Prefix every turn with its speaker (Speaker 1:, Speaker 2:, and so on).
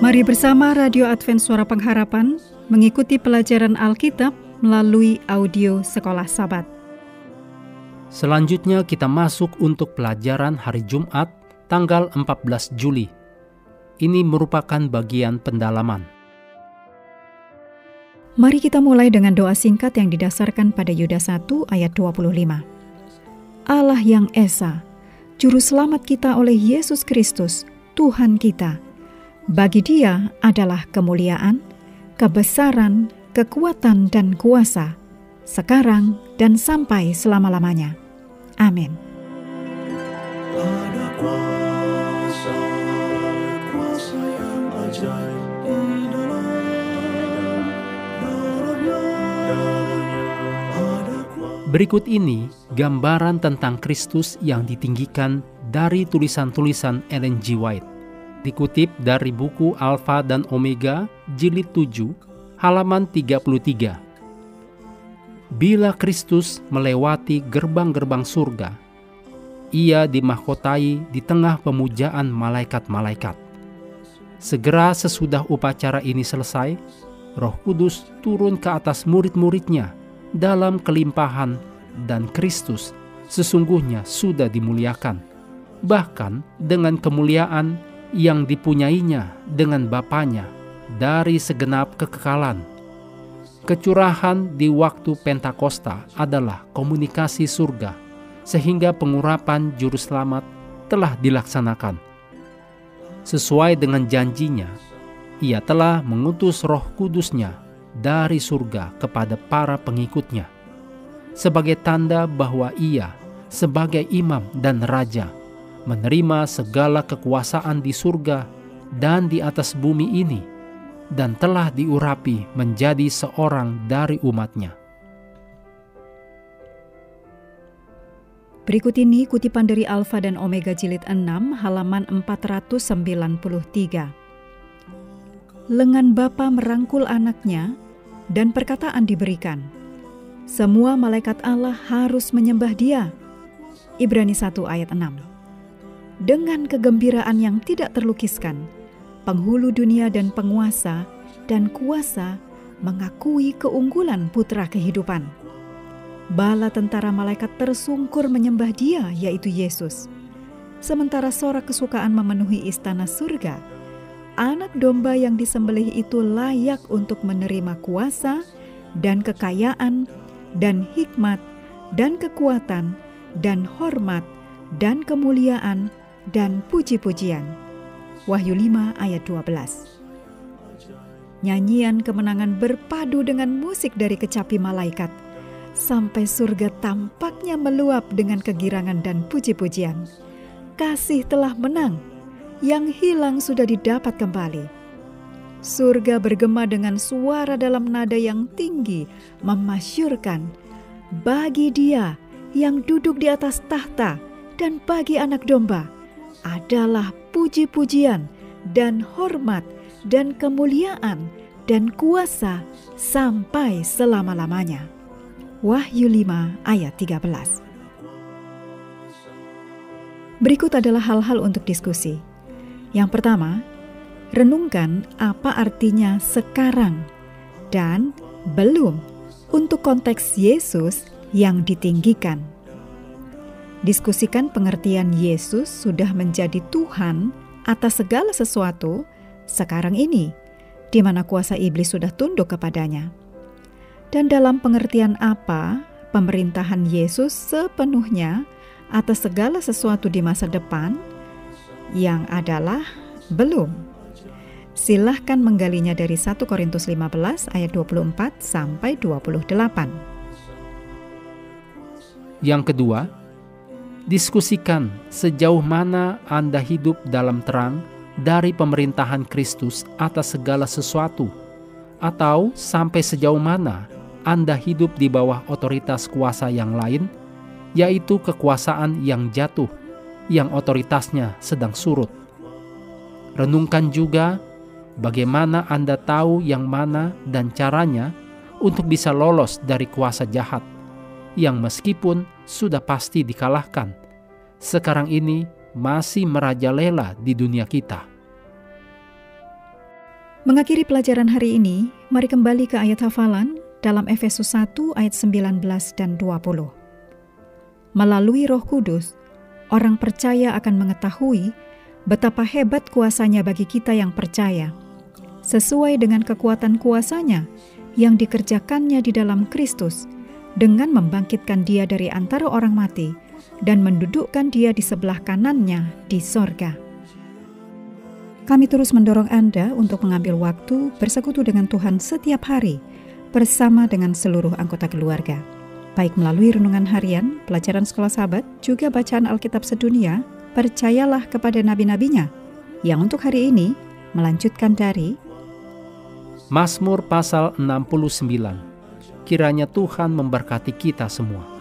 Speaker 1: Mari bersama Radio Advent Suara Pengharapan mengikuti pelajaran Alkitab melalui audio Sekolah Sabat.
Speaker 2: Selanjutnya kita masuk untuk pelajaran hari Jumat tanggal 14 Juli. Ini merupakan bagian pendalaman.
Speaker 1: Mari kita mulai dengan doa singkat yang didasarkan pada Yuda 1 ayat 25. Allah yang Esa, Juru Selamat kita oleh Yesus Kristus, Tuhan kita. Bagi Dia adalah kemuliaan, kebesaran, kekuatan dan kuasa, sekarang dan sampai selama-lamanya. Amin.
Speaker 3: Ada kuasa yang ajaib di dalam darahnya.
Speaker 2: Berikut ini gambaran tentang Kristus yang ditinggikan dari tulisan-tulisan Ellen G. White. Dikutip dari buku Alfa dan Omega, jilid 7, halaman 33. Bila Kristus melewati gerbang-gerbang surga, Ia dimahkotai di tengah pemujaan malaikat-malaikat. Segera sesudah upacara ini selesai, Roh Kudus turun ke atas murid-muridnya dalam kelimpahan, dan Kristus sesungguhnya sudah dimuliakan, bahkan dengan kemuliaan yang dipunyainya dengan Bapanya dari segenap kekekalan. Kecurahan di waktu Pentakosta adalah komunikasi surga, sehingga pengurapan Juru Selamat telah dilaksanakan. Sesuai dengan janjinya, Ia telah mengutus Roh Kudus-Nya dari surga kepada para pengikutnya, sebagai tanda bahwa Ia sebagai Imam dan Raja menerima segala kekuasaan di surga dan di atas bumi ini, dan telah diurapi menjadi seorang dari umat-Nya.
Speaker 1: Berikut ini kutipan dari Alfa dan Omega jilid 6 halaman 493. Lengan Bapa merangkul anaknya dan perkataan diberikan. Semua malaikat Allah harus menyembah Dia. Ibrani 1 ayat 6. Dengan kegembiraan yang tidak terlukiskan, penghulu dunia dan penguasa dan kuasa mengakui keunggulan putra kehidupan. Bala tentara malaikat tersungkur menyembah Dia, yaitu Yesus. Sementara sorak kesukaan memenuhi istana surga, anak domba yang disembelih itu layak untuk menerima kuasa dan kekayaan dan hikmat dan kekuatan dan hormat dan kemuliaan dan puji-pujian. Wahyu 5 ayat 12. Nyanyian kemenangan berpadu dengan musik dari kecapi malaikat, sampai surga tampaknya meluap dengan kegirangan dan puji-pujian. Kasih telah menang, yang hilang sudah didapat kembali. Surga bergema dengan suara dalam nada yang tinggi, memasyurkan, bagi Dia yang duduk di atas tahta dan bagi anak domba adalah puji-pujian dan hormat dan kemuliaan dan kuasa sampai selama-lamanya. Wahyu 5 ayat 13. Berikut adalah hal-hal untuk diskusi. Yang pertama, renungkan apa artinya sekarang dan belum untuk konteks Yesus yang ditinggikan. Diskusikan pengertian Yesus sudah menjadi Tuhan atas segala sesuatu sekarang ini, di mana kuasa iblis sudah tunduk kepadanya. Dan dalam pengertian apa pemerintahan Yesus sepenuhnya atas segala sesuatu di masa depan, yang adalah belum. Silahkan menggalinya dari 1 Korintus 15 ayat 24 sampai 28.
Speaker 2: Yang kedua, diskusikan sejauh mana Anda hidup dalam terang dari pemerintahan Kristus atas segala sesuatu, atau sampai sejauh mana Anda hidup di bawah otoritas kuasa yang lain, yaitu kekuasaan yang jatuh, yang otoritasnya sedang surut. Renungkan juga bagaimana Anda tahu yang mana dan caranya untuk bisa lolos dari kuasa jahat, yang meskipun sudah pasti dikalahkan, sekarang ini masih merajalela di dunia kita.
Speaker 1: Mengakhiri pelajaran hari ini, mari kembali ke ayat hafalan dalam Efesus 1 ayat 19 dan 20. Melalui Roh Kudus, orang percaya akan mengetahui betapa hebat kuasanya bagi kita yang percaya, sesuai dengan kekuatan kuasanya yang dikerjakannya di dalam Kristus, dengan membangkitkan dia dari antara orang mati dan mendudukkan dia di sebelah kanannya di sorga. Kami terus mendorong Anda untuk mengambil waktu bersekutu dengan Tuhan setiap hari bersama dengan seluruh anggota keluarga, baik melalui renungan harian, pelajaran sekolah sahabat, juga bacaan Alkitab sedunia. Percayalah kepada nabi-nabinya, yang untuk hari ini melanjutkan dari
Speaker 2: Mazmur pasal 69. Kiranya Tuhan memberkati kita semua.